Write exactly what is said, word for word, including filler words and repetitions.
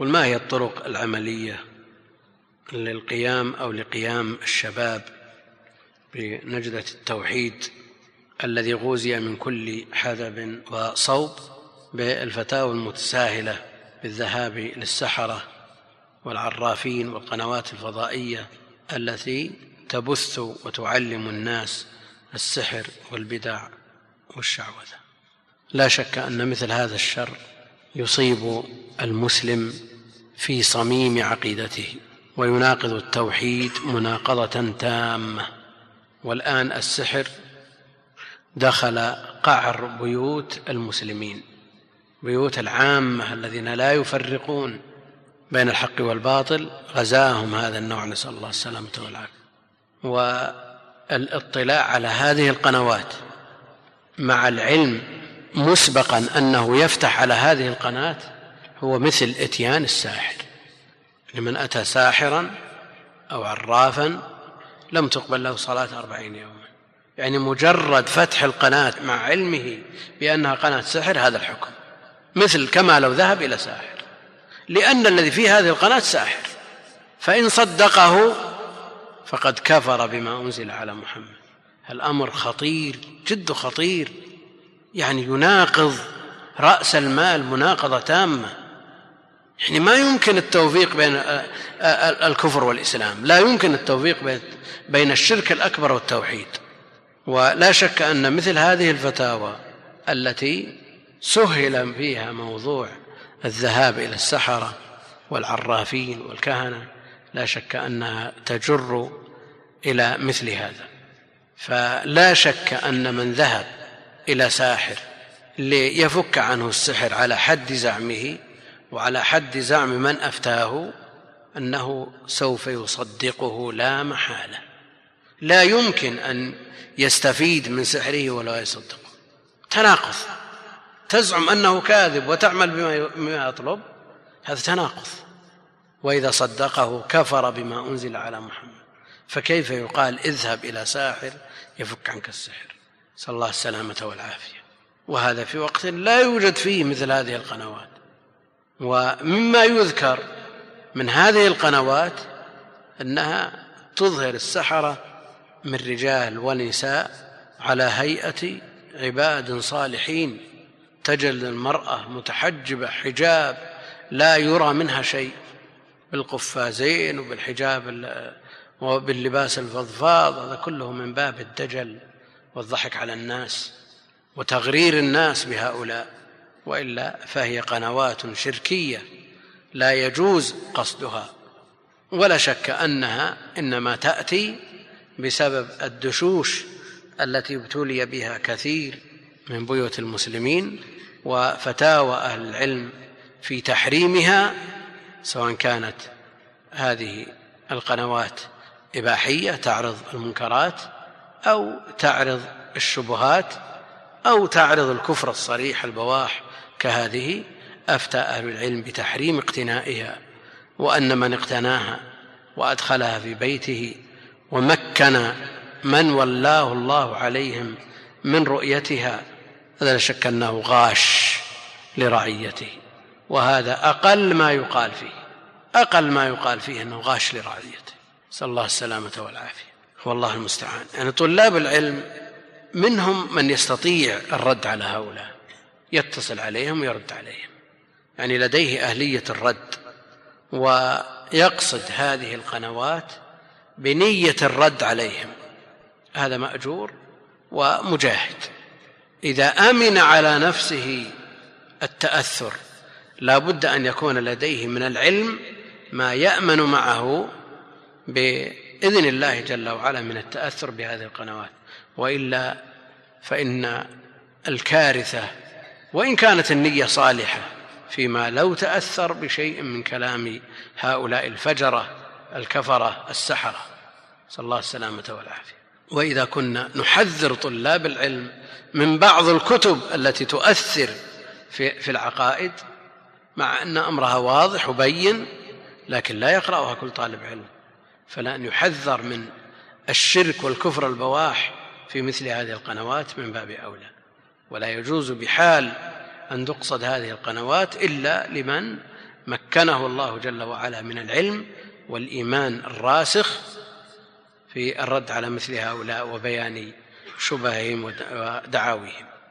قل ما هي الطرق العملية للقيام أو لقيام الشباب بنجدة التوحيد الذي غوزي من كل حدب وصوب بالفتاوى المتساهلة بالذهاب للسحرة والعرافين والقنوات الفضائية التي تبث وتعلم الناس السحر والبدع والشعوذة؟ لا شك أن مثل هذا الشر يصيب المسلم في صميم عقيدته ويناقض التوحيد مناقضة تامة. والآن السحر دخل قعر بيوت المسلمين، بيوت العامة الذين لا يفرقون بين الحق والباطل، غزاهم هذا النوع، نسأل الله السلامة والعافية. والاطلاع على هذه القنوات مع العلم مسبقا أنه يفتح على هذه القناة هو مثل إتيان الساحر. لمن أتى ساحرا أو عرافا لم تقبل له صلاة أربعين يوما. يعني مجرد فتح القناة مع علمه بأنها قناة سحر هذا الحكم، مثل كما لو ذهب إلى ساحر، لأن الذي في هذه القناة ساحر، فإن صدقه فقد كفر بما أنزل على محمد. الأمر خطير جد خطير، يعني يناقض رأس المال مناقضة تامة. يعني ما يمكن التوفيق بين الكفر والإسلام، لا يمكن التوفيق بين الشرك الأكبر والتوحيد. ولا شك أن مثل هذه الفتاوى التي سهل فيها موضوع الذهاب إلى السحرة والعرافين والكهنة لا شك أنها تجر إلى مثل هذا. فلا شك أن من ذهب إلى ساحر ليفك عنه السحر على حد زعمه وعلى حد زعم من أفتاه أنه سوف يصدقه لا محالة. لا يمكن أن يستفيد من سحره ولا يصدقه. تناقض، تزعم أنه كاذب وتعمل بما يطلب، هذا تناقض. وإذا صدقه كفر بما أنزل على محمد، فكيف يقال اذهب إلى ساحر يفك عنك السحر؟ صلى الله السلامة والعافية. وهذا في وقت لا يوجد فيه مثل هذه القنوات. ومما يذكر من هذه القنوات أنها تظهر السحرة من رجال ونساء على هيئة عباد صالحين، تجد المرأة متحجبة حجاب لا يرى منها شيء، بالقفازين وبالحجاب وباللباس الفضفاض، هذا كله من باب الدجل والضحك على الناس وتغرير الناس بهؤلاء. وإلا فهي قنوات شركية لا يجوز قصدها، ولا شك أنها إنما تأتي بسبب الدشوش التي ابتلي بها كثير من بيوت المسلمين، وفتاوى أهل العلم في تحريمها، سواء كانت هذه القنوات إباحية تعرض المنكرات أو تعرض الشبهات أو تعرض الكفر الصريح البواح كهذه. أفتى أهل العلم بتحريم اقتنائها، وأن من اقتناها وأدخلها في بيته ومكن من ولاه الله عليهم من رؤيتها هذا لا شك أنه غاش لرعيته. وهذا أقل ما يقال فيه، أقل ما يقال فيه أنه غاش لرعيته، صلى الله السلامة والعافية. والله المستعان. يعني طلاب العلم منهم من يستطيع الرد على هؤلاء، يتصل عليهم ويرد عليهم، يعني لديه أهلية الرد، ويقصد هذه القنوات بنية الرد عليهم، هذا مأجور ومجاهد. إذا أمن على نفسه التأثر لا بد أن يكون لديه من العلم ما يأمن معه بإذن الله جل وعلا من التأثر بهذه القنوات. وإلا فإن الكارثة، وإن كانت النية صالحة، فيما لو تأثر بشيء من كلام هؤلاء الفجرة الكفرة السحرة، صلى الله السلامة والعافية. وإذا كنا نحذر طلاب العلم من بعض الكتب التي تؤثر في, في العقائد، مع أن أمرها واضح وبين، لكن لا يقرأها كل طالب علم، فلا أن يحذر من الشرك والكفر البواح في مثل هذه القنوات من باب أولى. ولا يجوز بحال أن تقصد هذه القنوات إلا لمن مكنه الله جل وعلا من العلم والإيمان الراسخ في الرد على مثل هؤلاء وبيان شبههم ودعاويهم.